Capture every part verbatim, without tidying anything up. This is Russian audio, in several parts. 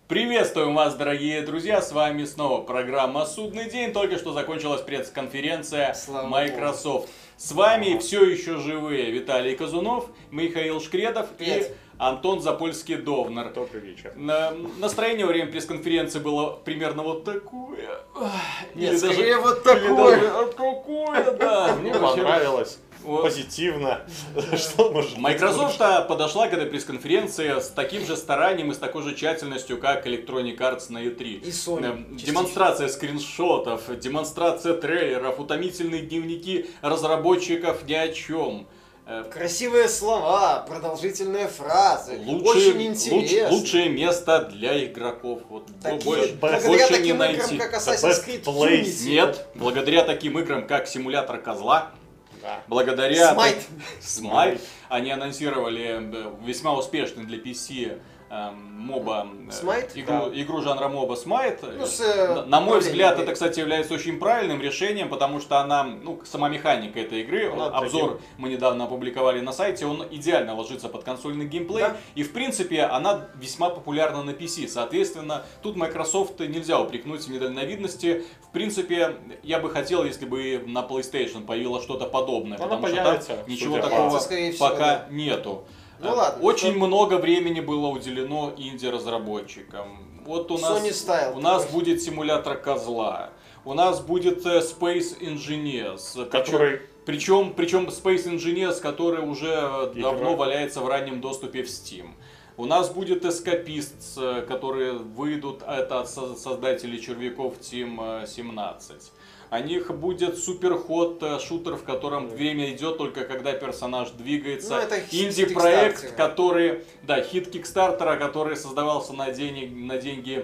Приветствуем вас, дорогие друзья, с вами снова программа «Судный день». Только что закончилась пресс-конференция Microsoft. С вами все еще живые Виталий Казунов, Михаил Шкредов и Антон Запольский-Довнар. Добрый вечер. Настроение во время пресс-конференции было примерно вот такое. Нет, скорее вот такое. Такое, да. Мне понравилось. Позитивно. Что может Microsoft подошла к этой пресс-конференции с таким же старанием и с такой же тщательностью, как Electronic Arts на и три. И Sony. Демонстрация скриншотов, демонстрация трейлеров, утомительные дневники разработчиков ни о чем. Красивые слова, продолжительные фразы, лучшие, очень интересно. Луч, лучшее место для игроков. Вот Такие, больше, благодаря больше таким не играм, найти. как Assassin's Creed Unity. Нет, благодаря таким играм, как симулятор козла. Да. Благодаря Смайт. Смайт они анонсировали весьма успешный для пи си э, моба Смайт? игру, Да. игру жанра моба Смайт. Ну, с, э, на, на мой взгляд, игры. это, кстати, является очень правильным решением, потому что она, ну, сама механика этой игры, Она обзор таким... мы недавно опубликовали на сайте, он идеально ложится под консольный геймплей, Да. и в принципе она весьма популярна на пи си. Соответственно, тут Microsoft нельзя упрекнуть в недальновидности. В принципе, я бы хотел, если бы на PlayStation появилось что-то подобное, Она потому что появится, там ничего судя по- такого Скорее всего, пока да. нету. Ну ладно. Очень много времени было уделено инди-разработчикам. Вот у нас, Sony Style. у нас будет симулятор козла, у нас будет э, Space Engineers, Который... причем, причем Space Engineers, который уже Игра. давно валяется в раннем доступе в Steam. У нас будет Escapists, которые выйдут, это от со- создателей червяков Team семнадцать. У них будет суперход, шутер, в котором время идет только когда персонаж двигается. Ну, это хит инди-проект, Kickstarter. который, да, хит Кикстартера, который создавался на деньги, на деньги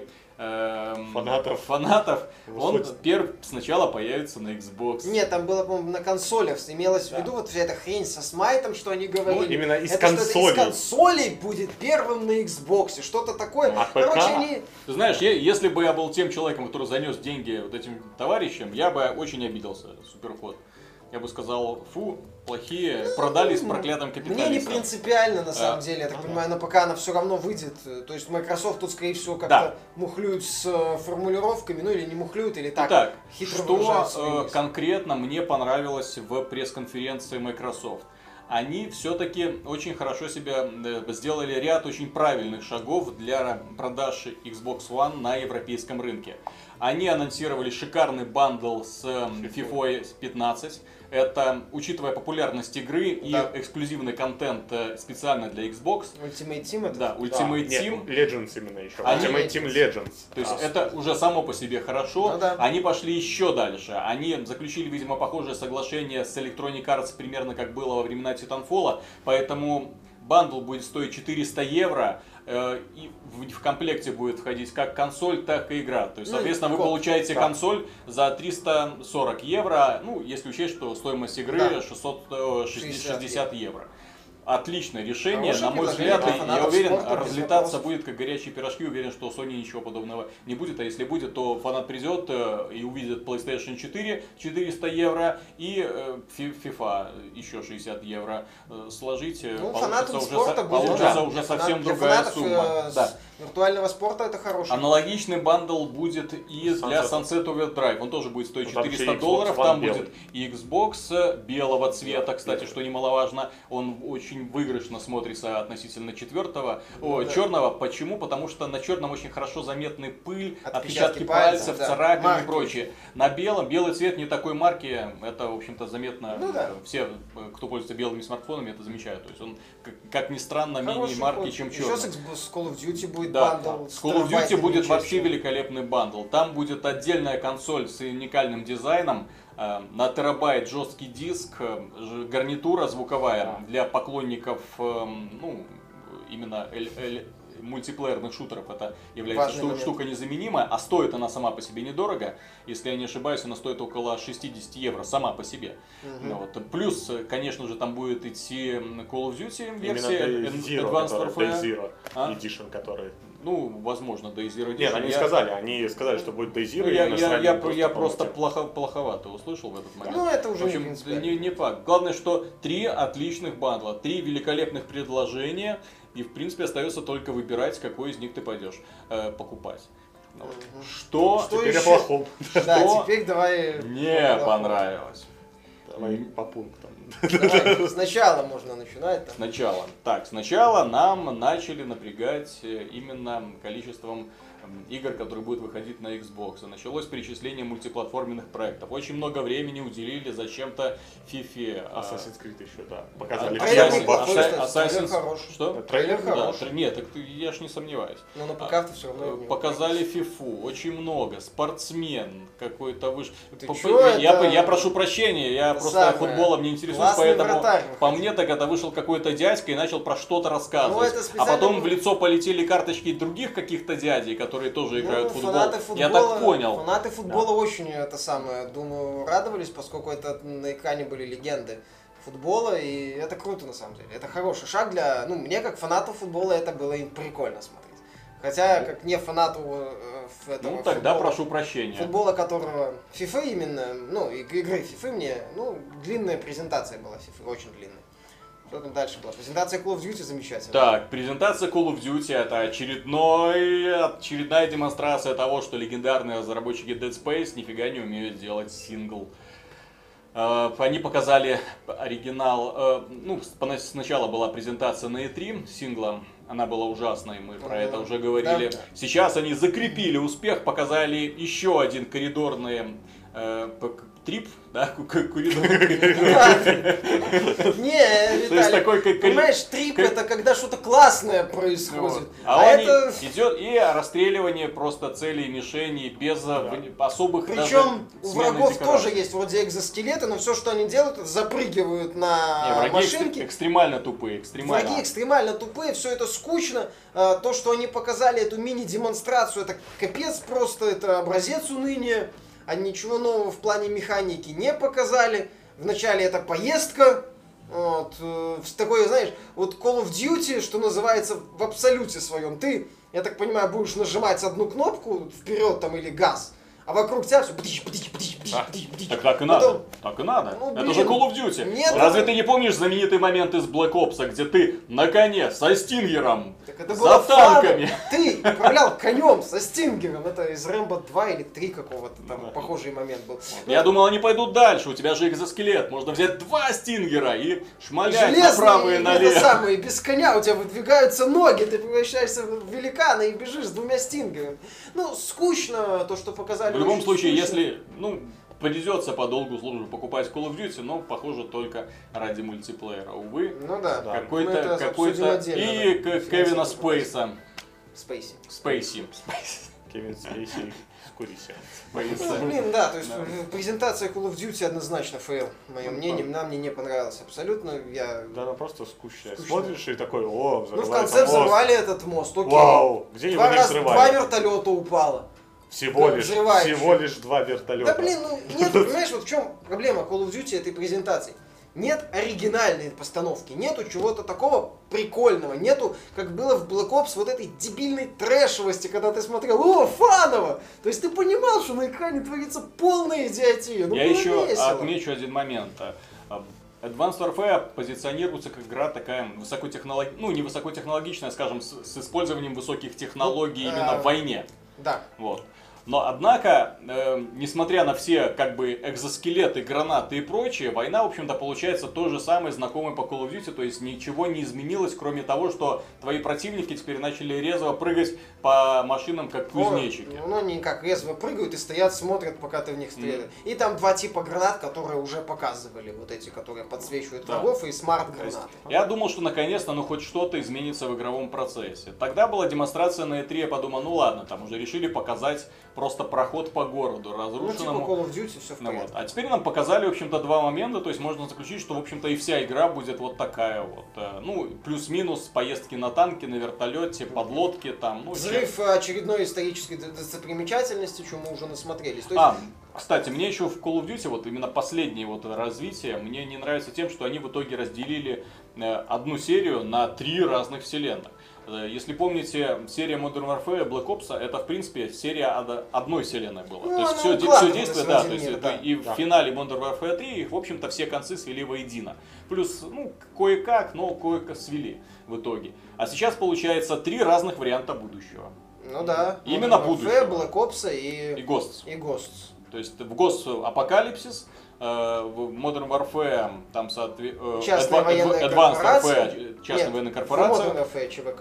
эм, Фанатов. фанатов. Он Выходит. перв, сначала появится на Xbox. Нет, там было, по-моему, на консолях. Имелось в виду вот вся эта хрень со Смайтом, что они говорили. Ну, именно из это, что консолей. это из консолей будет первым на Xbox. Что-то такое. А Короче, ПК? они... Ты знаешь, я, если бы я был тем человеком, который занес деньги вот этим товарищам, я бы очень обиделся, суперход. Я бы сказал, фу, плохие, продались проклятым Мне не капиталистам. принципиально, на самом А, деле, я так ага. понимаю, на ПК она все равно выйдет. То есть Microsoft тут, скорее всего, как-то Да. мухлюют с э, формулировками, ну или не мухлюют, или так, Итак, хитро выражают свою что э, мысль. конкретно мне понравилось в пресс-конференции Microsoft? Они все-таки очень хорошо себя э, сделали ряд очень правильных шагов для продаж Xbox One на европейском рынке. Они анонсировали шикарный бандл с э, FIFA пятнадцать. Это, учитывая популярность игры и Да. эксклюзивный контент э, специально для Xbox. Ultimate Team это? Да, Ultimate А, нет, Team. Legends именно еще. Они- Ultimate Team Legends. То есть А, это уже само по себе хорошо. Ну да. Они пошли еще дальше. Они заключили, видимо, похожее соглашение с Electronic Arts, примерно как было во времена Titanfall. Поэтому бандл будет стоить четыреста евро. э, И в в комплекте будет входить как консоль, так и игра. То есть, Ну, соответственно, вы коп, получаете да. консоль за триста сорок евро. Ну, если учесть, что стоимость игры Да. шестьсот шестьдесят евро. Отличное решение, Хорошее на мой предложение взгляд, для и я фанатов уверен, спорта, без разлетаться вопросов. будет как горячие пирожки, уверен, что у Sony ничего подобного не будет, а если будет, то фанат придет э, и увидит PlayStation четыре четыреста евро и э, фи- FIFA еще шестьдесят евро э, сложить, э, Ну, получится фанатам уже, спорта со- будет, получится да. уже Для совсем фанат- для другая фанатов, сумма. э, с Да. виртуального спорта это хороший. Аналогичный бандл будет и для Sunset. Sunset Overdrive. Он тоже будет стоить Ну, там четыреста еще Xbox долларов. One Там белый. будет и Xbox белого цвета, Да, кстати, белый. что немаловажно. Он очень выигрышно смотрится относительно четвертого. О, да. черного. Почему? Потому что на черном очень хорошо заметны пыль, Отпечатки отпечатки пальцев, пальцев, да, царапины марки. и прочее. На белом, белый цвет не такой марки. Это, в общем-то, заметно. Ну да. Все, кто пользуется белыми смартфонами, это замечают. То есть он, как, как ни странно, менее Хороший марки, ход. чем Еще черный. с Xbox- с Call of Duty будет Да, бандл. с Call of Duty терабайтными будет вообще частью. великолепный бандл. Там будет отдельная консоль с уникальным дизайном, э, на терабайт жесткий диск, э, ж- гарнитура звуковая Да. для поклонников, э, ну, именно эль- эль- мультиплеерных шутеров. Это является Важный шту- момент. штука незаменимая, а стоит она сама по себе недорого. Если я не ошибаюсь, она стоит около шестьдесят евро сама по себе. Мгм. Ну, вот. Плюс, э, конечно же, там будет идти Call of Duty Именно версия Day Ad- Zero, Advanced который- Warfare. Day Zero А? Edition, который... Ну, возможно, Day Zero Edition. Нет, они Я- сказали, они сказали, что будет Day Zero. Ну, я, именно с я, ранним я, доступом я к просто тем. плохо, плоховато услышал в этот момент. Ну, это уже в общем, не принципиально. не, не факт. Главное, что три отличных бандла, три великолепных предложения. и в принципе остается только выбирать, какой из них ты пойдешь э, покупать. Вот. Мгм. Что, Что Теперь о еще? плохом. Да, что теперь давай... не понравилось? Давай по пунктам. Давай, сначала можно начинать. Там. Сначала. Так, сначала нам начали напрягать э, именно количеством м, игр, которые будут выходить на Xbox. Началось перечисление мультиплатформенных проектов. Очень много времени уделили зачем-то FIFA. а, Assassin's Creed еще, да. Показали. трейлер всем неплохой, баб- кстати, Assassin's- трейлер хорош. Что? Трейлер Да, хорош. тр- нет, так ты- я ж не сомневаюсь. Но на ПК-то все равно... его не Показали фифу, очень много, спортсмен какой-то выш... Ты По- чё я, это? я прошу прощения, я Это просто самое. футболом не интересуюсь, Классный поэтому вратарь по выходил. мне так это вышел какой-то дядька и начал про что-то рассказывать. Ну, это А специально потом было. в лицо полетели карточки других каких-то дядей, которые тоже играют в Ну, футбол. фанаты футбола, Я так понял. Фанаты футбола очень, это самое, думаю, радовались, поскольку это на экране были легенды футбола, и это круто на самом деле. Это хороший шаг для, ну, мне как фанату футбола это было и прикольно смотреть. Хотя, как не фанату э, ф- этого Ну тогда футбола, прошу прощения. футбола, которого FIFA именно, ну, и- игры FIFA мне, ну, длинная презентация была FIFA, очень длинная. Что там дальше было? Презентация Call of Duty замечательная. Так, презентация Call of Duty это очередной, очередная демонстрация того, что легендарные разработчики Dead Space нифига не умеют делать сингл. Э, Они показали оригинал, э, ну, спона- сначала была презентация на и три сингла, она была ужасной, мы про это уже говорили. Да. Сейчас они закрепили успех, показали еще один коридорный э, п- к- трип, да, ку- ку- коридорный. Не, То есть Виталий, такой как понимаешь, трип как- это когда что-то классное происходит. Вот. А, А, они это... идет и расстреливание просто целей, мишеней без Да. в- особых даже Причем у смены врагов декораций. тоже есть вроде экзоскелеты, но все, что они делают, это запрыгивают Не, на враги экстре- машинки. экстремально тупые, экстремально. Враги экстремально тупые, все это скучно. А, То, что они показали эту мини-демонстрацию, это капец просто, это образец уныния. Они ничего нового в плане механики не показали. Вначале это поездка. Вот, э, с такой, знаешь, вот Call of Duty, что называется, в абсолюте своем. Ты, я так понимаю, будешь нажимать одну кнопку вперед там или газ, а вокруг тебя все бдич, бдич, бдич, бдич, А, бдич, бдич. Так так и Потом- надо. Так и надо. Ну, Это блин. же Call of Duty. Нет, Разве это- ты не помнишь знаменитый момент из Black Ops, где ты на коне со Стингером Так это за было танками? фаном. Ты управлял конем со Стингером. Это из Рэмбо два или три какого-то там Да. похожий момент был. Я думал, они пойдут дальше. У тебя же экзоскелет. Можно взять два Стингера и шмалять Железный, направо и это налево. самое, без коня у тебя выдвигаются ноги, ты превращаешься в великана и бежишь с двумя стингерами. Ну, скучно то, что показали. В любом очень случае, скучно. если, ну, придется по долгу службы покупать Call of Duty, но, похоже, только ради мультиплеера, увы. Ну да, Да. мы Какой-то, это обсудим какой-то... отдельно, И да. к- Кевина Спейса. Спейси. Спейси. Кевин Спейси, скурися. Ну, блин, да, то есть Да. э, презентация Call of Duty однозначно фейл, мое Ну, мнение, нам мне не понравилось абсолютно, я... Да, она просто скучная. Скучная. Смотришь и такой, о, Ну, в взрывается конце мост. взорвали этот мост, окей. Вау, где его Два, не раз, два взрывали? вертолета упало. Всего Да, лишь, взрывающий. всего лишь два вертолета. Да блин, ну нет, понимаешь, вот в чем проблема Call of Duty этой презентации? Нет оригинальной постановки, нету чего-то такого прикольного, нету, как было в Black Ops, вот этой дебильной трэшевости, когда ты смотрел, о, фаново! То есть ты понимал, что на экране творится полная идиотия, ну Я было еще весело. отмечу один момент. Advanced Warfare позиционируется как игра такая высокотехнологичная, ну не высокотехнологичная, скажем, с, с использованием высоких технологий Ну, именно а, в войне. Да. Вот. Но однако, э, несмотря на все как бы экзоскелеты, гранаты и прочее, война, в общем-то, получается то же самое, знакомое по Call of Duty, то есть ничего не изменилось, кроме того, что твои противники теперь начали резво прыгать по машинам, как кузнечики. Ну, ну, они как резво прыгают и стоят, смотрят, пока ты в них стреляешь. И там два типа гранат, которые уже показывали, вот эти, которые подсвечивают Да. врагов, и То есть смарт-гранаты. я думал, что наконец-то ну хоть что-то изменится в игровом процессе. Тогда была демонстрация на и три, я подумал, ну ладно, там уже решили показать просто проход по городу, Ну, типа разрушенному. Call of Duty, все в Ну порядке. вот. А теперь нам показали, в общем-то, два момента, то есть можно заключить, что, в общем-то, и вся игра будет вот такая вот. э, Ну, плюс-минус поездки на танке, на вертолете, подлодки там. Ну, Взрыв очередной исторической д- достопримечательности, что мы уже насмотрелись. То есть, А, кстати, мне еще в Call of Duty, вот именно последнее вот развитие, мне не нравится тем, что они в итоге разделили э, одну серию на три разных вселенных. Э, Если помните, серия Modern Warfare Black Ops, это в принципе серия од- одной вселенной была. Ну, то есть она все, укладывалась действие, в да, один то есть мир, это да. и Да. в финале Modern Warfare три их, в общем-то, все концы свели воедино. Плюс, ну, кое-как, но кое-как свели в итоге. А сейчас получается три разных варианта будущего. Ну да. Именно Modern Warfare, будущего. Black Ops И и, Ghosts. и Ghosts. То есть в Ghost Апокалипсис, э, в Modern Warfare, там, соответственно, Частная военная Advanced корпорация. Warfare, частная Нет, военная в корпорация. Modern Warfare ЧВК.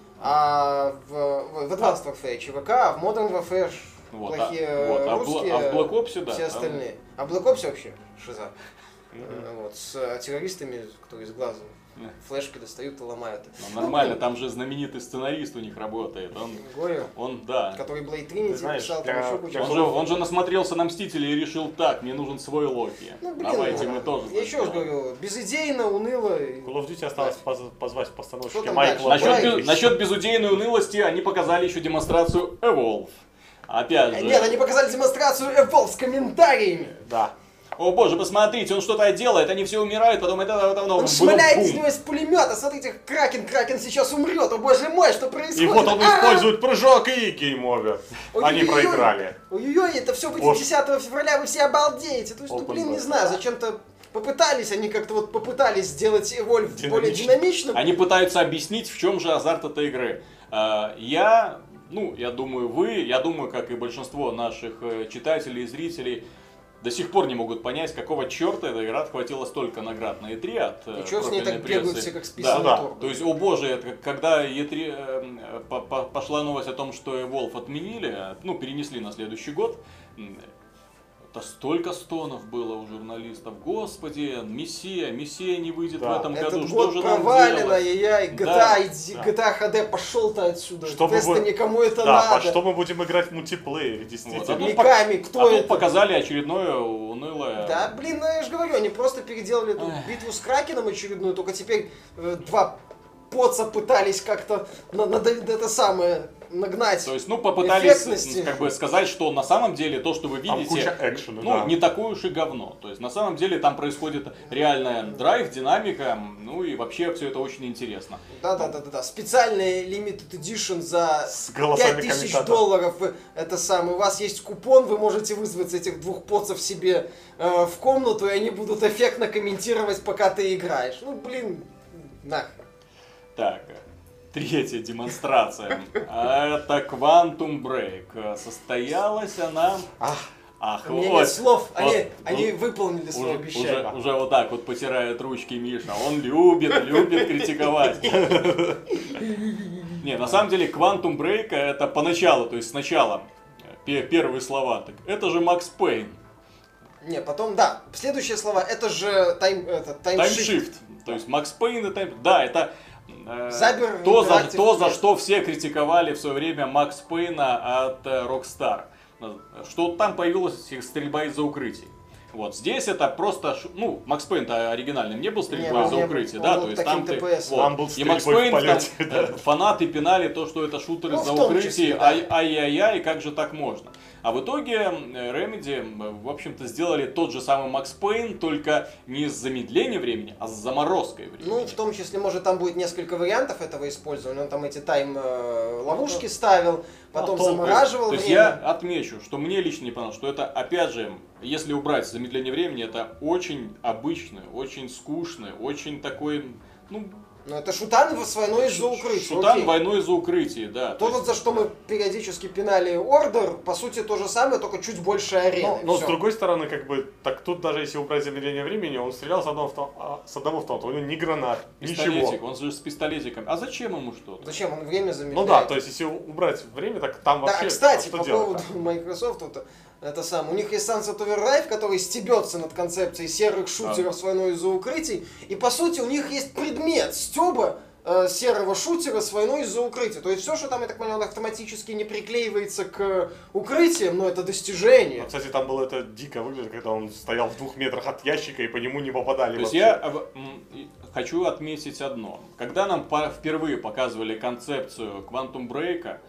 А в, в, в Advanced Warfare ЧВК, а в Modern Warfare Вот, плохие а, вот, а, в, русские, Бла- а в Black Ops, да. все там- остальные. А в Black Ops вообще шиза. Мгм. Э, Вот, с э, террористами, которые из глаза Да. флешки достают и ломают. Ну, нормально, там же знаменитый сценарист у них работает. Он, Горе, он да. который Blade Ты Trinity знаешь, писал, для- там еще куча. для Он же, он же насмотрелся на Мстителей и решил, так, мне нужен свой Локи. Ну, блин, Давайте ну, мы тоже. я так еще раз сделаем. говорю, безыдейно, уныло. и- Call of Duty осталось поз- позвать Что постановщика там Майкла дальше? Насчет, Давай. без- насчет безудейной унылости они показали еще демонстрацию Evolve. Опять же. Нет, они показали демонстрацию Evolve с комментариями. Да. О боже, посмотрите, он что-то делает, они все умирают, потом это... это, это Он шмаляет из него из пулемета. Смотрите, Кракен, Кракен сейчас умрет. О боже мой, что происходит? И вот он А! использует прыжок и гейм-овер. Они Ой-ой-ой. проиграли. Ой-ой-ой, это все выйдет Ош. десятого февраля, вы все обалдеете. То есть, ну, Open блин, не beta. знаю, зачем-то попытались, они как-то вот попытались сделать Evolve более Динамично. динамичным. Они пытаются объяснить, в чем же азарт этой игры. А, Я, ну, я думаю, вы, я думаю, как и большинство наших э, читателей и зрителей, до сих пор не могут понять, какого черта эта игра отхватила столько наград на и три от э, И чё с ней профильной так бегают прессы. все как Да, списанный да. торт? То есть, о боже, это как- когда и три э, по- по- пошла новость о том, что Evolve отменили, ну, перенесли на следующий год, м, это столько стонов было у журналистов. Господи, Мессия, Мессия не выйдет Да. в этом Этот году, что год же нам провален, делать? ай-яй-яй, джи ти эй, Да, иди, да. джи ти эй эйч ди, пошел ты отсюда. Что мы Теста будем- никому это Да, надо. во что мы будем играть в мультиплеере, Вот, действительно. а тут Миками, пок- кто а тут это? показали очередное унылое... Да, блин, ну я же говорю, они просто переделали эту Эх. битву с Кракеном очередную, только теперь э, два поца пытались как-то на, на- это самое нагнать. То есть, ну, попытались Эффектности. м, как бы сказать, что на самом деле то, что вы Там видите, куча экшена, ну, да. не такое уж и говно. То есть, на самом деле, там происходит реальная драйв, динамика, ну и вообще все это очень интересно. Да-да-да-да. Специальный Limited Edition за С голосами пять тысяч комментаторов. долларов. Вы- Это самое. У вас есть купон, вы можете вызвать этих двух поцев себе э, в комнату, и они будут эффектно комментировать, пока ты играешь. Ну, блин, нахрен. Так, третья демонстрация. Это Quantum Break. Состоялась она... Ах, Ах, У меня вот, нет слов, вот, они, ну, они выполнили свое Уже, обещание. уже, уже вот так вот потирает ручки Миша. Он любит, любит критиковать. Не, на самом деле Quantum Break это поначалу, то есть сначала пе- первые слова. Так это же Макс Пейн. Не, потом, да, следующие слова, это же тайм, это, таймшифт. Таймшифт. То есть Макс Пейн и тайм... Да, это э, Забер то, за, Interactive то, за Press. что все критиковали в свое время Макс Пейна от э, Rockstar. Что там появилась стрельба из-за укрытий. Вот здесь это просто, ш- ну, Макс Пейн-то оригинальным не был стрельбой Не, из-за он не укрытия, был. да, Он то был есть таким там ты, ТПС. вот. Там был И Макс стрельбой Пейн, в полете, там, да. э, фанаты пинали то, что это шутер Ну, из-за в том укрытий, числе, да. ай- ай-яй-яй, как же так можно? А в итоге э, Remedy, в общем-то, сделали тот же самый Макс Пейн, только не с замедлением времени, а с заморозкой времени. Ну, в том числе, может, там будет несколько вариантов этого использования. Он там эти тайм-ловушки ставил, потом А, толку. замораживал То есть время. я отмечу, что мне лично не понравилось, что это, опять же, если убрать замедление времени, это очень обычный, очень скучный, очень такой, ну, Ну, это шутан с войной из-за укрытия. шутан окей. войной из-за укрытия, да. То, вот за что мы периодически пинали Ордер, по сути, то же самое, только чуть больше арены. Но, но с Всё. другой стороны, как бы, так тут даже если убрать замедление времени, он стрелял с одного, авто- а, с одного автомата, у него ни гранат, Пистолетик, ничего. он же с пистолетиком. А зачем ему что-то? Зачем? Он время замедляет. Ну да, то есть если убрать время, так там Да, вообще кстати, что по делать? поводу Microsoft, вот, это самое. У них есть Sunset Overdrive, который стебется над концепцией серых шутеров с войной из-за укрытий. И по сути у них есть предмет стеба э, серого шутера с войной из-за укрытия. То есть все, что там, я так понял, автоматически не приклеивается к укрытиям, но это достижение. Ну, кстати, там было это дико выглядит, когда он стоял в двух метрах от ящика и по нему не попадали То есть вообще. я об- м, и хочу отметить одно. Когда нам по- впервые показывали концепцию Quantum Break,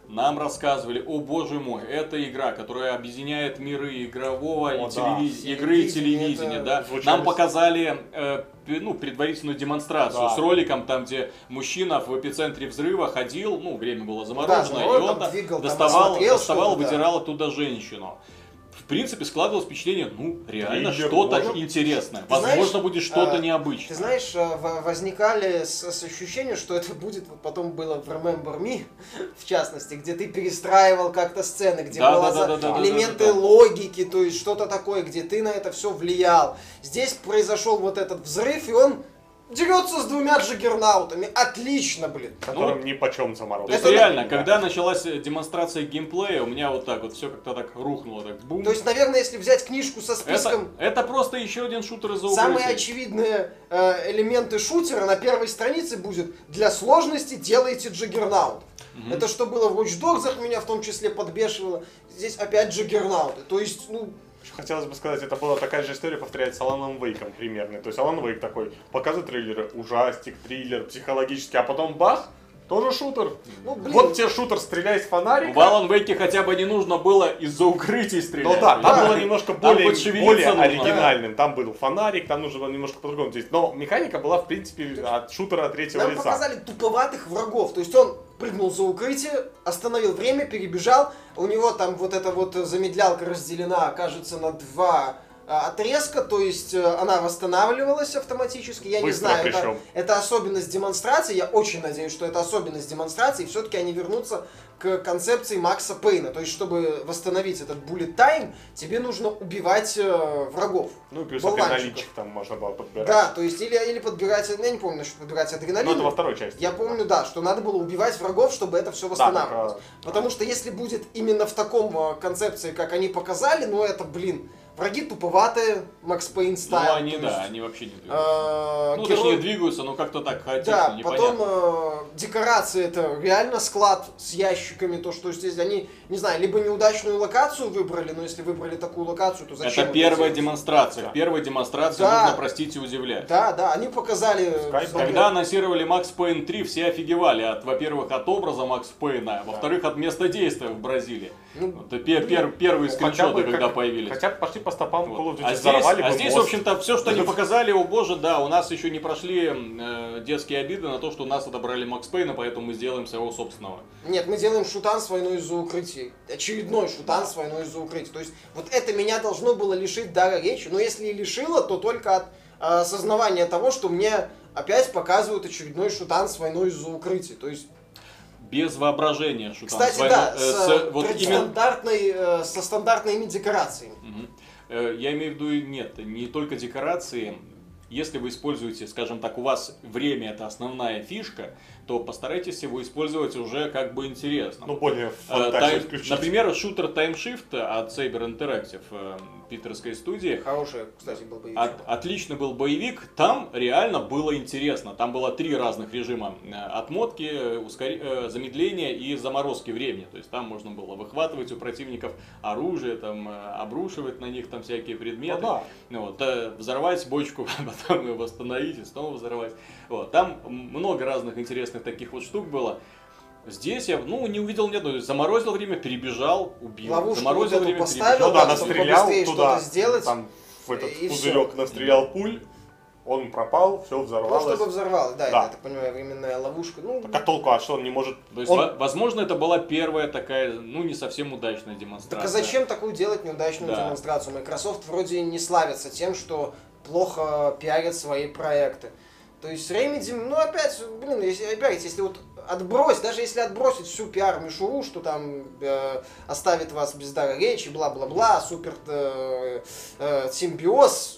нам рассказывали, о боже мой, это игра, которая объединяет миры игрового О, и да. телеви- игры и телевидения. Это Да. звучало Нам с- показали э, пе- ну, предварительную демонстрацию Да. с роликом, там, где мужчина в эпицентре взрыва ходил, ну, время было Да, заморожено, заморожено, и он там двигал, там доставал, осмотрел доставал что-то, да. выдирал оттуда женщину. В принципе, складывалось впечатление, ну, реально Триллер, что-то может. интересное. Ты Возможно, знаешь, будет что-то а, необычное. Ты знаешь, э, в- возникали с, с ощущением, что это будет, вот потом было в Remember Me, в частности, где ты перестраивал как-то сцены, где Да, была да, за- да, да, да, элементы да, да, да. логики, то есть что-то такое, где ты на это все влиял. Здесь произошел вот этот взрыв, и он дерется с двумя джаггернаутами. Отлично, блин. Которым Ну, ни почем То заморозил. есть Это реально, да. когда началась демонстрация геймплея, у меня вот так вот все как-то так рухнуло, так бум. То есть, наверное, если взять книжку со это, списком это просто еще один шутер из-за самые укрытия. очевидные э, элементы шутера на первой странице будет для сложности делайте джаггернаут. Мгм. Это что было в Watch Dogs, меня в том числе подбешивало. Здесь опять джаггернауты. То есть, ну, Еще хотелось бы сказать, это была такая же история, повторяется с Аланом Вейком примерно. То есть Алан Вейк такой, показывает трейлеры, ужастик, триллер, психологический, а потом бах, тоже шутер. ну блин. Вот тебе шутер, стреляй с фонарика. В Alan Wake хотя бы не нужно было из-за укрытий стрелять. Ну да, там Да. было немножко Там более, подшевелиться более нужно. оригинальным. Там был фонарик, там нужно было немножко по-другому здесь. Но механика была, в принципе, от шутера от третьего Нам лица. показали туповатых врагов. То есть он прыгнул за укрытие, остановил время, перебежал. У него там вот эта вот замедлялка разделена, кажется, на два а, отрезка. То есть э, она восстанавливалась автоматически. Я не Быстро знаю, это, причем. это особенность демонстрации. Я очень надеюсь, что это особенность демонстрации. И все-таки они вернутся к концепции Макса Пейна. То есть, чтобы восстановить этот bullet time, тебе нужно убивать э, врагов. Ну и плюс болванчиков. адреналинчик там можно было подбирать. Да, то есть или, или подбирать, я не помню, насчет подбирать адреналин. Ну это во второй части. Я помню, да, что надо было убивать врагов, чтобы это все восстанавливалось. только- Потому что если будет именно в таком э, концепции, как они показали, ну это, блин, враги туповатые, Макс Пейн Ну, стайл. они, то да, есть, они вообще не двигаются. э, Ну, герой- точнее, двигаются, но как-то так хаотично, Да, непонятно. потом э, декорации это реально склад с ящиками, то что здесь они, не знаю, либо неудачную локацию выбрали, но если выбрали такую локацию, то зачем? Это первая делать? демонстрация. В первой демонстрации Да. нужно, простите, удивлять. Да, да, они показали. Скайп, смотря- Когда анонсировали Макс Пейн три, все офигевали от, во-первых, от образа Макс Пейна, а во-вторых, от места действия в Бразилии. Ну, Это пе- пер- первые Ну, хотя скриншоты, бы когда как- появились. Хотя бы пошли по стопам Вот. Call of Duty, А здесь, взорвали а бы здесь в мост. общем-то, все, что они показали, о боже, да, у нас еще не прошли э, детские обиды на то, что у нас отобрали Макс Пейна, поэтому мы сделаем своего собственного. Нет, мы делаем шутан с войной из-за укрытий. Очередной шутан с войной из-за укрытий. То есть вот это меня должно было лишить дара речи. Но если и лишило, то только от э, осознавания того, что мне опять показывают очередной шутан с войной из-за укрытий. То есть, Без воображения шутан. кстати, с войной- да, э, с, с- э, вот тради- именно- стандартной, э, со стандартными декорациями. Мгм. Э, Я имею в виду, нет, не только декорации. Если вы используете, скажем так, у вас время это основная фишка, то постарайтесь его использовать уже как бы интересно. Ну, более Э, фантазию тайм- включить. Например, шутер Time Shift от Saber Interactive, э, питерской студии. Хороший, кстати, был боевик. От- отличный был боевик, там реально было интересно. Там было три разных режима э, отмотки, э, ускор- э, замедления и заморозки времени. То есть там можно было выхватывать у противников оружие, там, э, обрушивать на них там всякие предметы. Ну да. Ну вот, э, взорвать бочку, потом ее восстановить и снова взорвать. Вот, там много разных интересных таких вот штук было. Здесь я, ну, не увидел ни одной. Заморозил время, перебежал, убил. Ловушку Заморозил вот эту время, поставил, Ну перебежал. да, чтобы настрелял побыстрее туда, что-то сделать, там в этот и пузырек настрелял пуль, он пропал, все Ну, взорвалось. чтобы взорвалось, да, Да. это, я так понимаю, временная ловушка. Ну, Так а толку, а что он не может... То есть, Он- во- возможно, это была первая такая, ну, не совсем удачная так демонстрация. а зачем такую делать неудачную Да. демонстрацию? Microsoft вроде не славится тем, что плохо пиарят свои проекты. То есть Remedy, ну опять, блин, если, опять, если вот отбросить, даже если отбросить всю пиар-мишуру, что там э, оставит вас без дара речи, бла-бла-бла, супер э, э, симбиоз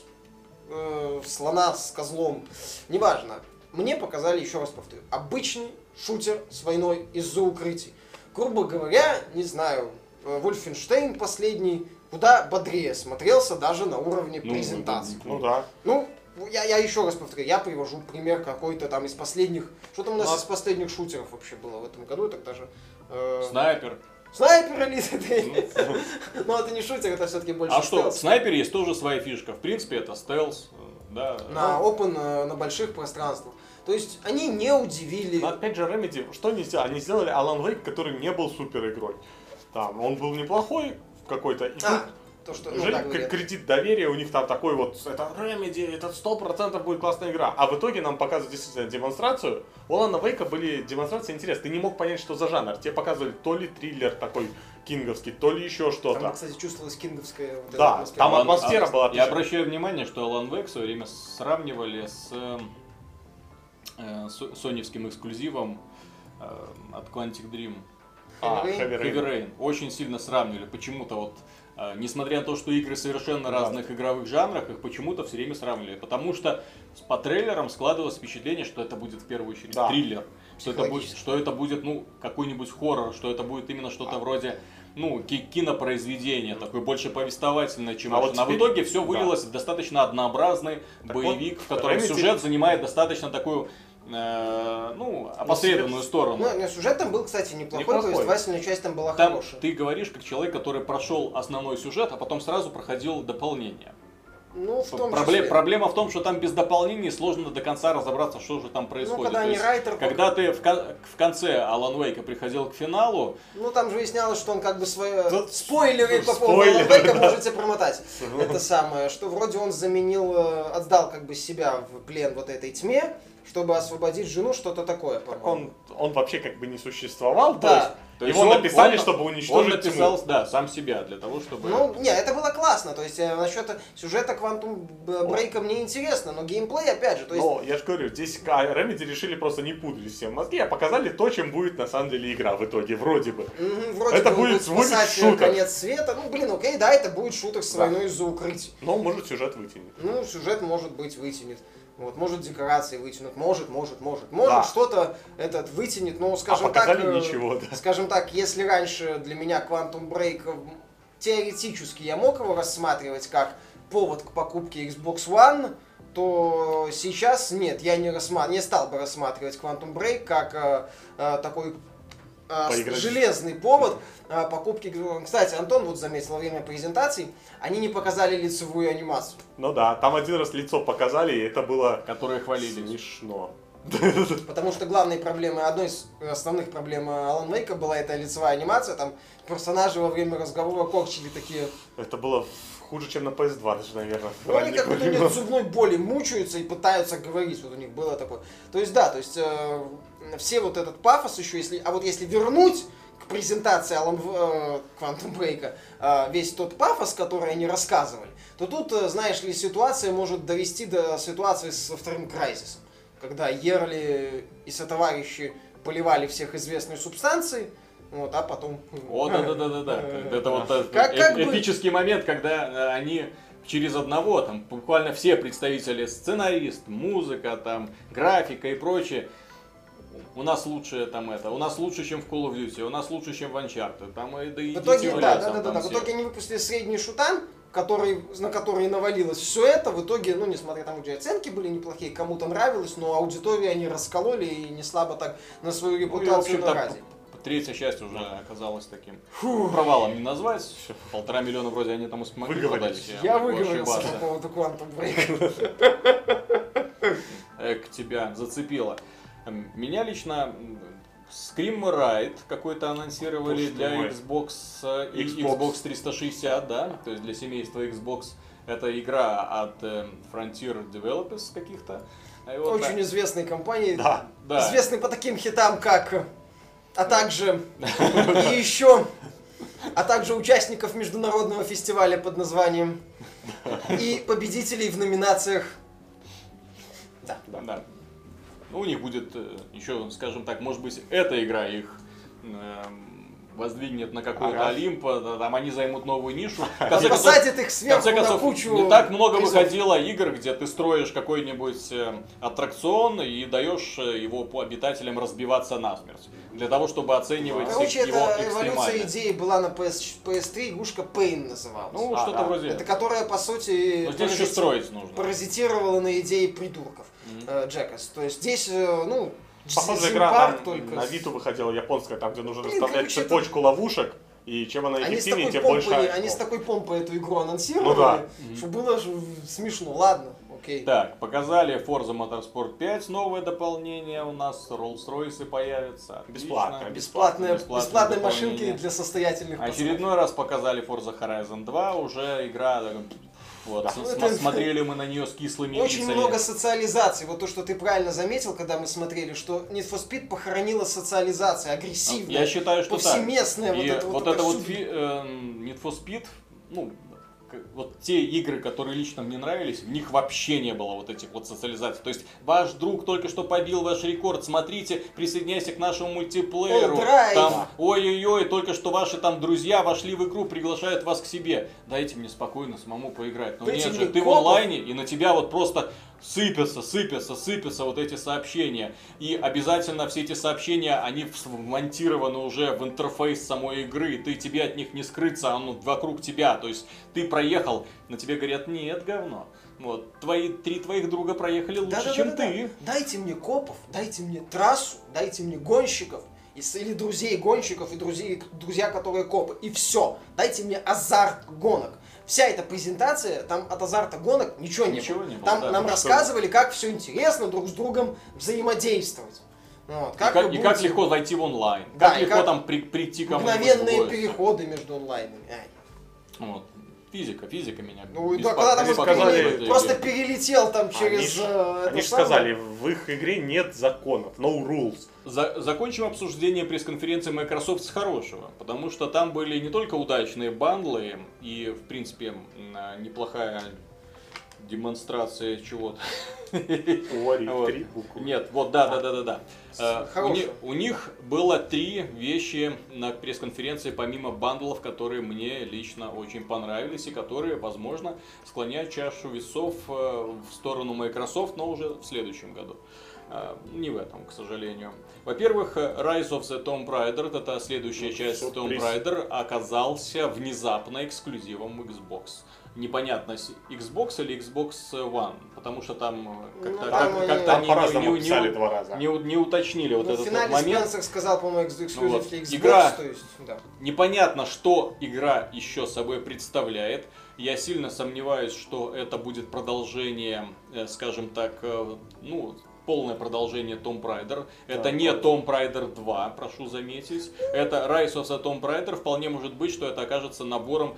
э, слона с козлом, неважно. Мне показали, еще раз повторю, обычный шутер с войной из-за укрытий. Грубо говоря, не знаю, э, Wolfenstein последний куда бодрее смотрелся даже на уровне Ну, презентации. Ну да. Ну, я, я еще раз повторю, я привожу пример какой-то там из последних... Что там у нас Ну, а- из последних шутеров вообще было в этом году, так даже... э, Снайпер. Снайпер Элит, но это не шутер, это все-таки больше А что, в стелс. снайпере есть тоже своя фишка. В принципе, это стелс. э, Да. На open, э, на больших пространствах. То есть они не удивили. Но опять же, Remedy, что они сделали? Они сделали Alan Wake, который не был супер игрой. Там, он был неплохой какой-то. И А, тут то, что, ну, Жень, так как говорят. кредит доверия, у них там такой вот, это Remedy, это сто процентов будет классная игра. А в итоге нам показывают действительно демонстрацию. У Алана Вейка были демонстрации интересные. Ты не мог понять, что за жанр. Тебе показывали то ли триллер такой кинговский, то ли еще что-то. Там, кстати, чувствовалась кинговская вот эта Да, атмосфера. там Alan- атмосфера а, была Я отличная. обращаю внимание, что Alan Wake в свое время сравнивали с э, со- соневским эксклюзивом э, от Quantic Dream. А, Heavy Rain. Heavy Rain. Heavy Rain. Очень сильно сравнивали. Почему-то вот, э, несмотря на то, что игры совершенно Да. разных игровых жанрах, их почему-то все время сравнивали. Потому что с- по трейлерам складывалось впечатление, что это будет в первую очередь Да. триллер. Что это, будет, Психологически. что это будет, ну, какой-нибудь хоррор, что это будет именно что-то вроде, ну, ки- кинопроизведение, такое больше повествовательное, чем А это. вот А в теперь- итоге все да. вылилось в достаточно однообразный Так боевик, вот, в котором Remedy- сюжет занимает достаточно такую, э, ну, опосредованную сторону. Ну, нет, сюжет там был, кстати, неплохой, Неплохой. повествовательная часть там была Там хорошая. ты говоришь как человек, который прошел основной сюжет, а потом сразу проходил дополнение. Ну, в том Пробле- числе. Проблема в том, что там без дополнений сложно до конца разобраться, что же там происходит. Ну, когда То они есть, райтер... когда ты в, кон- в конце Alan Wake приходил к финалу, Ну, там же выяснялось, что он как бы свое... Тут Спойлеры по поводу спойлеры, Alan Wake да. можете промотать. Это самое, что вроде он заменил, э, отдал как бы себя в плен вот этой тьме, чтобы освободить жену, что-то такое, по-моему. Он, он вообще как бы не существовал, Да. то есть То есть его он- написали, он- чтобы он уничтожить написал, тьму. да, сам себя для того, чтобы... Ну, не, это было классно, то есть э, насчет сюжета Quantum Break мне интересно, но геймплей, опять же, то есть... Но я же говорю, здесь а, Remedy решили просто не пудрить всем мозги, а показали то, чем будет на самом деле игра в итоге, вроде бы. Мгм, вроде Это бы он будет- будет спасать шутер. конец света. Ну, блин, окей, да, это будет шутер с Да. войной из-за укрытий. Но может сюжет вытянет. Ну, сюжет, может быть, вытянет. Вот, может, декорации вытянут, может, может, может. Может, Да. что-то этот вытянет, но, А скажем так... показали э, ничего, да. Скажем так, если раньше для меня Quantum Break э, теоретически я мог его рассматривать как повод к покупке Xbox One, то сейчас нет, я не, рассма... не стал бы рассматривать Quantum Break как э, э, такой э, Поиграть. железный повод э, покупки. Кстати, Антон вот заметил во время презентации, они не показали лицевую анимацию. Ну да, там один раз лицо показали, и это было которые хвалились. смешно. Потому что главной проблемой, одной из основных проблем Alan Wake была эта лицевая анимация. Там персонажи во время разговора корчили такие... Это было хуже, чем на пи эс два даже, наверное. Ну, они как будто у них зубной боли мучаются и пытаются говорить. Вот у них было такое. То есть, да, то есть, э, все вот этот пафос еще, если... А вот если вернуть к презентации Alan э, Quantum Break э, весь тот пафос, который они рассказывали, то тут, э, знаешь ли, ситуация может довести до ситуации со вторым Crysis. Когда Ерли и сотоварищи поливали всех известной субстанцией, вот, а потом... О, да-да-да-да-да. Это вот э, Как- как э- бы- эпический момент, когда э, они через одного, там, буквально все представители, сценарист, музыка, там, графика и прочее, у нас лучше там это, у нас лучше, чем в Call of Duty, у нас лучше, чем в Uncharted, там, и да В идите итоге, вы да, лесом, да, да, да, там да. В все. итоге они выпустили средний шутан, который, на который навалилось все это. В итоге, ну, несмотря там, где оценки были неплохие, кому-то нравилось, но аудиторию они раскололи и не слабо так на свою Ну и, в репутацию общем-то, наради. п- третья часть уже оказалась таким провалом не назвать. Полтора миллиона вроде они там смогли Выговорились. продать. Я могу выговорился ошибаться. по поводу Quantum Break. Эк, тебя зацепило. Эм, Меня лично м, Scream Ride какой-то анонсировали Боже для мой. Xbox э, и Xbox. Xbox триста шестьдесят, да, то есть для семейства Xbox. Это игра от э, Frontier Developers каких-то. И вот, Очень известной компании. Да. да. Известный по таким хитам, как... А также... И еще... А также участников международного фестиваля под названием... И победителей в номинациях... Да. Да, да. Ну, у них будет э, еще, скажем так, может быть, эта игра их эм, воздвигнет на какой-то Ага. Олимп, да, там они займут новую нишу. В конце Он концов, посадит их в сверху конце на концов, кучу... не так много призов. выходило игр, где ты строишь какой-нибудь э, аттракцион и даешь э, его по обитателям разбиваться насмерть. Для того, чтобы оценивать Короче, его это эволюция экстремальность. идеи была на пи эс, пи эс три, игрушка Pain называлась. Ну, А, что-то да. вроде Это этого. которая, по сути, Но здесь еще паразити- строить нужно. паразитировала на идее придурков Мгм. э, Джекас. То есть здесь, э, ну, Похожая Зим игра Парк там только на с- Виту выходила японская, там где нужно Блин, расставлять короче, это- цепочку ловушек, и чем она Они с, эффективнее, такой тем больше помпой, очков. они с такой помпой эту игру анонсировали, Ну да. что было ж смешно. Ладно, Окей. Так, показали Forza Motorsport пять, новое дополнение у нас, Rolls-Royce появятся. Отлично. Бесплатно. Бесплатные, Бесплатное бесплатные дополнение. машинки для состоятельных пацанов. Очередной раз показали Forza Horizon два, уже игра... Вот, Да. с- Ну, см- это- смотрели мы на нее с кислыми Очень лицами. много социализации. Вот то, что ты правильно заметил, когда мы смотрели, что Need for Speed похоронила социализация, агрессивная, Я считаю, что так. повсеместная. И Вот это вот, вот это это вот всюду. фи- эм, Need for Speed, ну, к- вот те игры, которые лично мне нравились, в них вообще не было вот этих вот социализаций. То есть ваш друг только что побил ваш рекорд, смотрите, присоединяйся к нашему мультиплееру. О, драйв. Там, ой-ой-ой, только что ваши там друзья вошли в игру, приглашают вас к себе. Дайте мне спокойно самому поиграть. Но Дайте нет мне же, ты в копов. онлайне, и на тебя вот просто сыпятся, сыпятся, сыпятся вот эти сообщения. И обязательно все эти сообщения, они вмонтированы уже в интерфейс самой игры. Ты, тебе от них не скрыться, оно вокруг тебя. То есть ты проехал, на тебе говорят, нет, говно. Вот, твои, три твоих друга проехали лучше, Да-да-да-да-да. чем ты. Дайте мне копов, дайте мне трассу, дайте мне гонщиков. и с- Или друзей гонщиков, и друзей, друзья, которые копы. И все. Дайте мне азарт гонок. Вся эта презентация, там от азарта гонок ничего не Ничего было. не было, Там да, нам потому что- рассказывали, как все интересно друг с другом взаимодействовать. Вот, И как, вы и как будете- легко зайти в онлайн. Да, как и легко как там при- прийти кому-нибудь в Мгновенные гости. переходы между онлайнами. Ай. Вот. Физика, физика меня Ну, и да, беспокоит. когда там Они вот сказали, пере- в этой просто игре. перелетел там через... Они ж- э, это Они же самое. сказали, в их игре нет законов, no rules. За- закончим обсуждение пресс-конференции Microsoft с хорошего, потому что там были не только удачные бандлы и, в принципе, м, неплохая демонстрация чего-то. Ори, Вот. три буквы. Нет, вот, да, да, да, да, да. Э, У Хорошего. них, у них было три вещи на пресс-конференции, помимо бандлов, которые мне лично очень понравились и которые, возможно, склоняют чашу весов э, в сторону Microsoft, но уже в следующем году. Э, Не в этом, к сожалению. Во-первых, э, Rise of the Tomb Raider, это следующая Ну, часть Tomb сюрприз. Raider, оказался внезапно эксклюзивом Xbox. Непонятно, с- Xbox или Xbox One, потому что там э, как-то Ну, как- там они- как-то Там они по-разному не- не- писали не- два раза. не, у- не уточнили вот Ну, в этот вот финале момент. Спенсер сказал, по-моему, эксклюзив Ну вот, для Xbox, игра- то есть, да. Непонятно, что игра еще собой представляет. Я сильно сомневаюсь, что это будет продолжение, э, скажем так, э, ну, полное продолжение Tomb Raider. Это Да, не вот. Tomb Raider два, прошу заметить. Это Rise of the Tomb Raider. Вполне может быть, что это окажется набором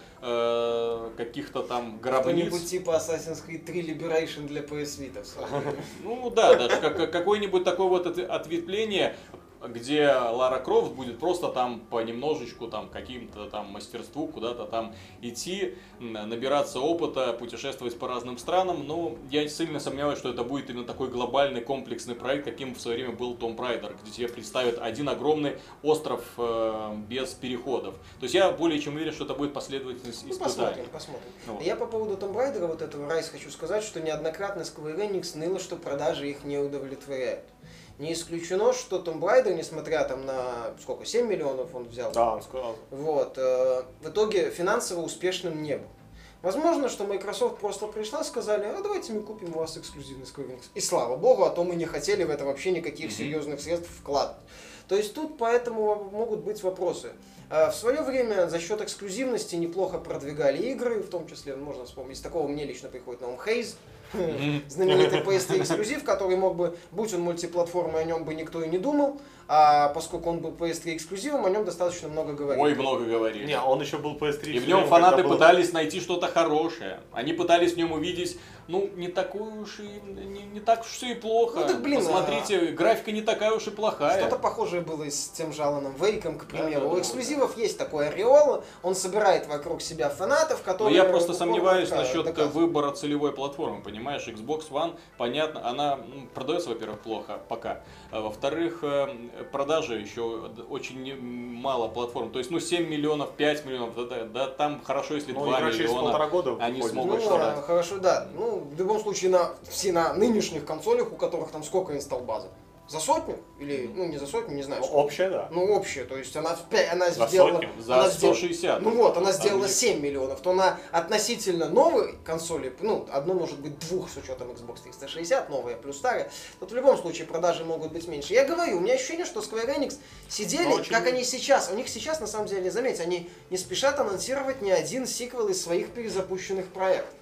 э, каких-то там гробниц. Что-нибудь типа Assassin's Creed три Liberation для пи эс Vita. в своем время. Ну да, даже как- как- какое-нибудь такое вот от- ответвление, где Лара Крофт будет просто там понемножечку, там, каким-то там мастерству куда-то там идти, м, набираться опыта, путешествовать по разным странам, но я сильно сомневаюсь, что это будет именно такой глобальный комплексный проект, каким в свое время был Tomb Raider, где тебе представят один огромный остров э, без переходов. То есть я более чем уверен, что это будет последовательность Ну, испытаний. посмотрим, посмотрим. Ну вот. Я по поводу Tomb Raider, вот этого Rise, хочу сказать, что неоднократно Square Enix ныла, что продажи их не удовлетворяют. Не исключено, что Tomb Raider, несмотря там на, сколько, семь миллионов он взял, Да, он сказал. вот, э, в итоге финансово успешным не был. Возможно, что Microsoft просто пришла, сказали, а давайте мы купим у вас эксклюзивный Square Enix. И слава богу, а то мы не хотели в это вообще никаких Мгм. серьезных средств вкладывать. То есть тут поэтому могут быть вопросы. А В свое время за счет эксклюзивности неплохо продвигали игры, в том числе, можно вспомнить, из такого мне лично приходит на ум Haze, знаменитый пи эс три эксклюзив, который мог бы, будь он мультиплатформой, о нем бы никто и не думал, а поскольку он был пи эс три эксклюзивом, о нем достаточно много говорили. Ой, много говорили. Не, он еще был пи эс три. И в всё нем время, фанаты когда был- пытались найти что-то хорошее. Они пытались в нем увидеть, ну, не такую уж и не, не так уж все и плохо. Ну, так, блин, Посмотрите, графика не такая уж и плохая. Что-то похожее было и с тем же Аланом Вейком, к примеру. Да, да, У да, эксклюзивов есть такой ореол, он собирает вокруг себя фанатов, Но которые... я просто упорно сомневаюсь дока- насчет доказывают. выбора целевой платформы, понимаешь? Xbox One, понятно, она ну, продается, во-первых, плохо, пока. А во-вторых, э, продажи еще очень не- мало платформ. То есть, ну, семь миллионов, пять миллионов, да, да, да, там хорошо, если Ну, два игра через миллиона. полтора года они выходит. смогут Ну, что а, хорошо, да. Ну, в любом случае, на, все на нынешних консолях, у которых там сколько инсталл-базы? За сотню? Или, ну, не за сотню, не знаю. Ну, сколько. общая, да. Ну, общая, то есть она, в пя- она За сделала... сотню? За она сто сделала- шестьдесят. Ну вот, она Там сделала есть- семь миллионов, то на относительно новой консоли, ну, одно может быть двух с учетом Xbox триста шестьдесят, новая плюс старая, тут в любом случае продажи могут быть меньше. Я говорю, у меня ощущение, что Square Enix сидели, Но очень- как они сейчас, у них сейчас, на самом деле, заметьте, они не спешат анонсировать ни один сиквел из своих перезапущенных проектов.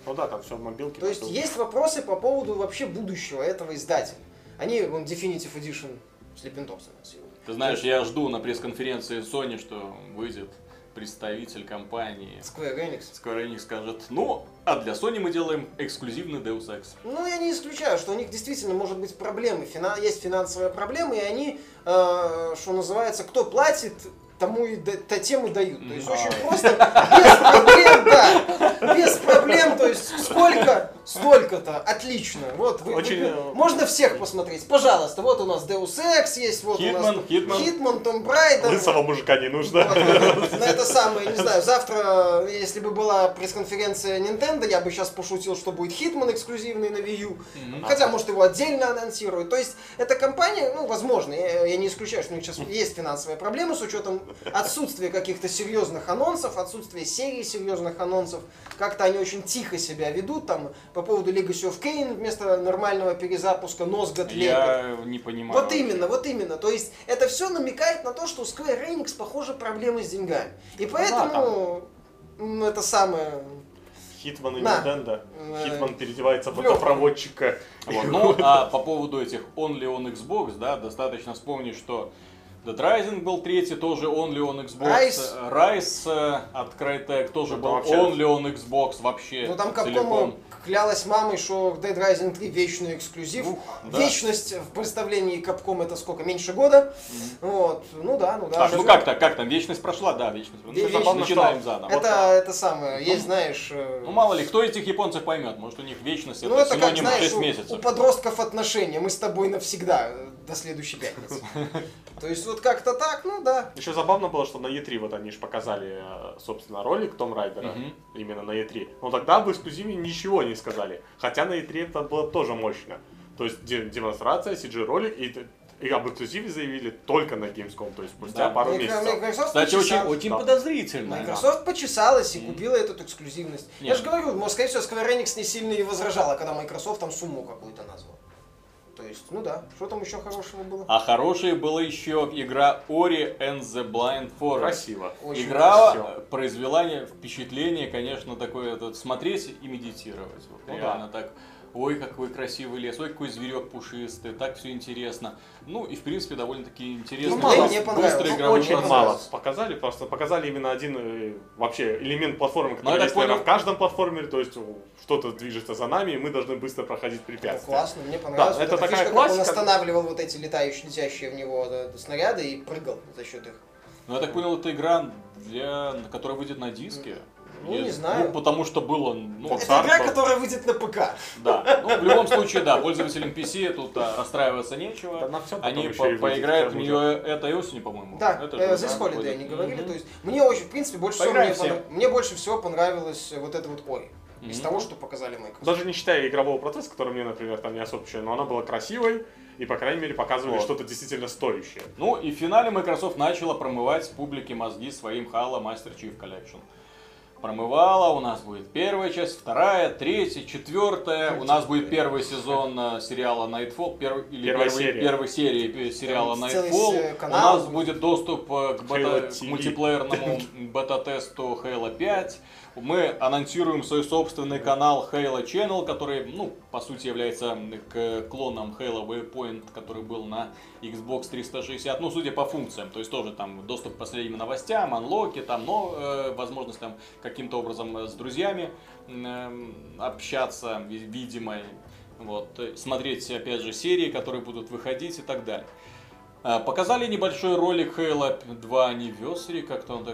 Ну да, там все мобилки. То есть есть вопросы по поводу вообще будущего этого издателя. Они, вон, Definitive Edition Sleeping Dogs анонсировали. Ты знаешь, я жду на пресс-конференции Sony, что выйдет представитель компании Square Enix. Square Enix скажет, ну, а для Sony мы делаем эксклюзивный Deus Ex. Ну, я не исключаю, что у них действительно может быть проблемы. Фина... Есть финансовые проблемы, и они, э, что называется, кто платит, тому и да, та тем и дают. То есть А. очень просто, без проблем, да. Без проблем, то есть сколько, столько-то, отлично. Вот, вы, Очень, вы- э, можно всех посмотреть. Пожалуйста, вот у нас Deus Ex есть, вот у нас Hitman, Hitman. Hitman, Tomb Raider. Лысого мужика не нужно. Вот, на это самое, не знаю, завтра, если бы была пресс-конференция Nintendo, я бы сейчас пошутил, что будет Hitman эксклюзивный на Wii U. Мгм. Хотя, может, его отдельно анонсируют. То есть, эта компания, ну, возможно, я, я не исключаю, что у них сейчас есть финансовые проблемы с учетом отсутствия каких-то серьезных анонсов, отсутствия серии серьезных анонсов. Как-то они очень тихо себя ведут, там, по поводу Legacy of Kain вместо нормального перезапуска нос год лепит. Я не понимаю. Вот именно, вот именно. То есть это все намекает на то, что у Square Enix, похоже, проблемы с деньгами. И поэтому м, это самое... Хитман и На. Nintendo. Э, Хитман переодевается в в лёгком. водопроводчика. Вот. Ну, а по поводу этих Only on Xbox, да, достаточно вспомнить, что Dead Rising был третий, тоже Only on Xbox. Rise. Rise э, от Crytek тоже Это был вообще- Only on Xbox вообще. Ну там целиком. Capcom клялась мамой, что Dead Rising три вечный эксклюзив. Ух, да. Вечность в представлении Capcom это сколько? Меньше года? Вот. Ну да, ну да. Так, ну Живём. как так, как там, вечность прошла, да, вечность. Ну, Вечность. забавно, начинаем заново. Это, Вот так. это самое, есть, знаешь... э, Ну мало ли, кто этих японцев поймет, может у них вечность ну, это это как, синоним знаешь, шесть у, месяцев. у подростков отношения. Мы с тобой навсегда, э, до следующей пятницы. То есть вот как-то так, ну да. Еще забавно было, что на и три вот они же показали, э, собственно, ролик Том Райдера, Мгм. именно на и три. Но тогда об эксклюзиве ничего не сказали. Хотя на и три это было тоже мощно. То есть де- демонстрация, си джи-ролик, и, т- и об эксклюзиве заявили только на Gamescom, то есть спустя Да. пару Мне- месяцев. Microsoft Кстати, очень, почесалась. очень Да. подозрительно. Microsoft почесалась и Мгм. купила эту эксклюзивность. Я Нет. же говорю, может, скорее всего, Square Enix не сильно и возражала, когда Microsoft там сумму какую-то назвал. То есть, ну да, что там еще хорошего было? А хорошей была еще игра Ori and the Blind Forest. Красиво. Очень Игра красиво. произвела не- впечатление, конечно, такое это, смотреть и медитировать. Вот Ну реально так. Ой, какой красивый лес, ой, какой зверек пушистый, так все интересно. Ну и в принципе довольно-таки интересно. Ну, мало, Быс- мне понравилось. быстрый Ну, игровой Очень процесс. мало показали, просто показали именно один э, вообще элемент платформы, Ну, который я так есть, наверное, понял- в каждом платформере, то есть о, что-то движется за нами, и мы должны быстро проходить Ну, препятствия. классно, мне понравилось. Да, Вот это эта такая фишка, как он классика. останавливал вот эти летающие, летящие в него э, снаряды и прыгал за счет их. Ну, я так понял, это игра, для... которая выйдет на диске. Ну, не Есть- знаю. Ну, потому что было... Ну, Вот Это Старт игра, был. которая выйдет на ПК. да. Ну, в любом случае, да, пользователям пи си тут а, расстраиваться нечего. Да, на всё потом Они еще по- и выйдет, поиграют в к тому нее этой осенью, по-моему. Да, Это э, же, This да, Holiday выходит. они говорили. Мгм. То есть мне очень, в принципе, больше всего, Поиграем мне, все. понрав- мне больше всего понравилось вот это вот Ori. Из Мгм. того, что показали Microsoft. Даже не считая игрового процесса, который мне, например, там не особо общий, но она была красивой, и, по крайней мере, показывали Вот. что-то действительно стоящее. Ну и в финале Microsoft начала промывать публике мозги своим Halo Master Chief Collection. Промывала, у нас будет первая часть, вторая, третья, четвертая. У нас будет первый сезон э, сериала Nightfall, первый, или Первая первый, серия. первой серии э, сериала Там целый Nightfall. с- У канал нас будет доступ э, к, Halo бета- ти к ви. мультиплеерному бета-тесту Halo пять. Мы анонсируем свой собственный канал Halo Channel, который, ну, по сути, является к клоном Halo Waypoint, который был на Xbox триста шестьдесят. Ну, судя по функциям, то есть тоже там доступ к последним новостям, анлоки, там, но э, возможность там каким-то образом э, с друзьями э, общаться, ви- видимо, вот, э, смотреть, опять же, серии, которые будут выходить и так далее. А, Показали небольшой ролик Halo два Anniversary, как-то он так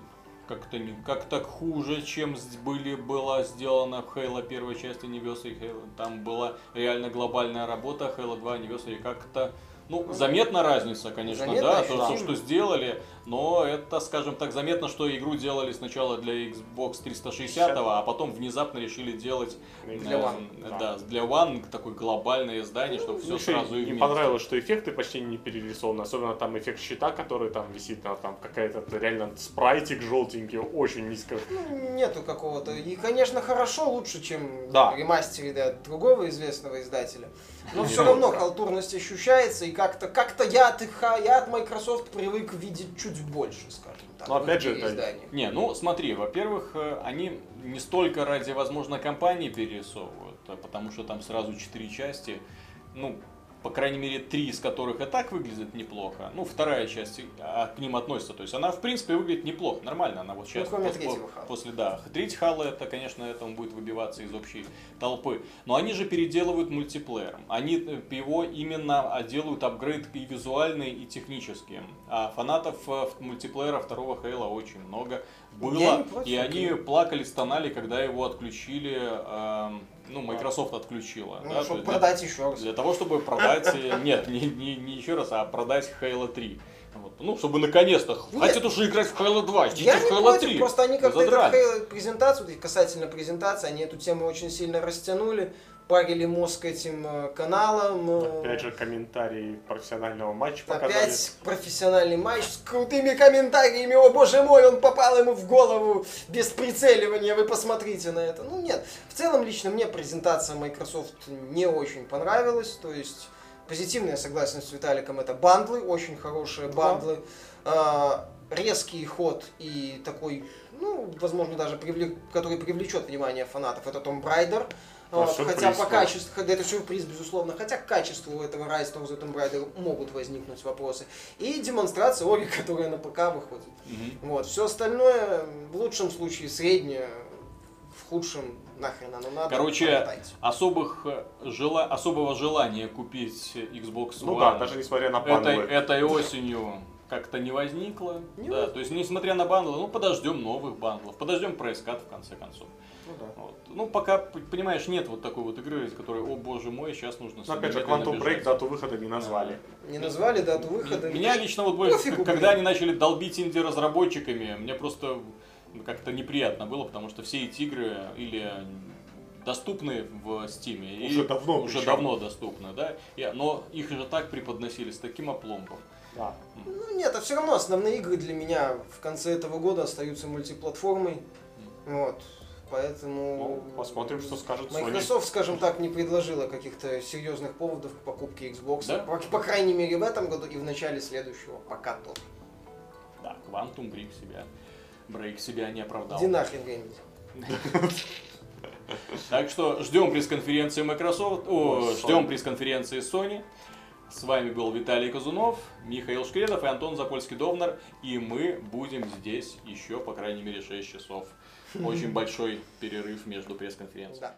как-то не, как так хуже, чем с- были, была сделана в Halo первой части Anniversary. Halo. Там была реально глобальная работа, Halo два Anniversary как-то, ну, заметна разница, конечно, Заметно, да, то, то, ощутимо. что сделали, но это, скажем так, заметно, что игру делали сначала для Xbox триста шестьдесят, а потом внезапно решили делать Для э, One, да, для One такое глобальное издание, чтобы все Ну, еще сразу и не вместе. понравилось, что эффекты почти не перерисованы, особенно там эффект щита, который там висит, на- там какая-то реально спрайтик желтенький, очень низко. Ну, нету какого-то. И, конечно, хорошо, лучше, чем Да. ремастеры да, другого известного издателя. Но Не все равно только. халтурность ощущается, и как-то как-то я от, их- я от Microsoft привык видеть чуть больше, скажем. так, Но опять же, выходили это- издания. Не, ну смотри, во-первых, э, они не столько ради, возможно, компании перерисовывают, а потому что там сразу четыре части, ну, по крайней мере, три из которых и так выглядят неплохо. Ну, вторая часть а, к ним относится. То есть она, в принципе, выглядит неплохо, нормально. Она вот сейчас кроме пос- третьего Хала. после, да, третий Хала, это, конечно, это он будет выбиваться из общей толпы. Но они же переделывают мультиплеером. Они э, его именно а, делают апгрейд и визуальный, и технический. А фанатов э, в- мультиплеера второго Хейла очень много было. Я не против, И они окей. плакали, стонали, когда его отключили, эм, ну, Microsoft отключила. Ну, да, то чтобы есть для- продать еще раз. для того, чтобы продать, э, нет, не, не, не еще раз, а продать Halo три. Вот. Ну, чтобы наконец-то, хватит уже играть в Halo два, ждите Я в не Halo против, три. просто они Вы как-то эту задрали. Halo презентацию, вот касательно презентации, они эту тему очень сильно растянули, парили мозг этим э, каналам. э, Опять же, комментарии профессионального матча показали. Опять профессиональный матч с крутыми комментариями. О боже мой, он попал ему в голову без прицеливания. Вы посмотрите на это. Ну нет, в целом лично мне презентация Microsoft не очень понравилась. То есть позитивно я согласен с Виталиком. Это бандлы, очень хорошие бандлы. А, резкий ход и такой, ну, возможно, даже привлек, который привлечет внимание фанатов. Это Tomb Raider. Ну, Вот, сюрприз, хотя по да. качеству, да, это сюрприз, безусловно, хотя к качеству этого Rise of the Tomb Raider могут возникнуть вопросы. И демонстрация Ори, которая на ПК выходит. Мгм. Вот, все остальное в лучшем случае среднее, в худшем нахрен оно надо. Короче, помотайте. особых, э, жела... особого желания купить Xbox Ну One да, даже несмотря на бандлы. этой, этой осенью как-то не возникло. Не да, то есть, несмотря на бандлы, ну, подождем новых бандлов, подождем прайскат в конце концов. Ну да. Вот. Ну, пока, п- понимаешь, нет вот такой вот игры, из которой, о боже мой, сейчас нужно... Но опять же, немедленно Quantum бежать. Break дату выхода не назвали. Не назвали дату выхода. Меня лично вот больше, Пофигу, когда блин. они начали долбить инди-разработчиками, мне просто как-то неприятно было, потому что все эти игры или доступны в Steam, Уже давно уже причем. давно доступны, да, И- но их же так преподносили, с таким опломбом. Да. Ну нет, а все равно основные игры для меня в конце этого года остаются мультиплатформой. Вот. Поэтому... Ну, посмотрим, что скажет Sony. Microsoft, скажем так, не предложила каких-то серьезных поводов к покупке Xbox. Да? По, по крайней мере в этом году и в начале следующего. Пока тоже. Да, Quantum Break себя, Break себя не оправдал. Иди нахрен, Remedy. Так что ждем пресс-конференции Microsoft, о, Ой, ждем Sony. пресс-конференции Sony. С вами был Виталий Казунов, Михаил Шкредов и Антон Запольский-Довнар. И мы будем здесь еще, по крайней мере, шесть часов. Очень большой перерыв между пресс-конференциями. Да.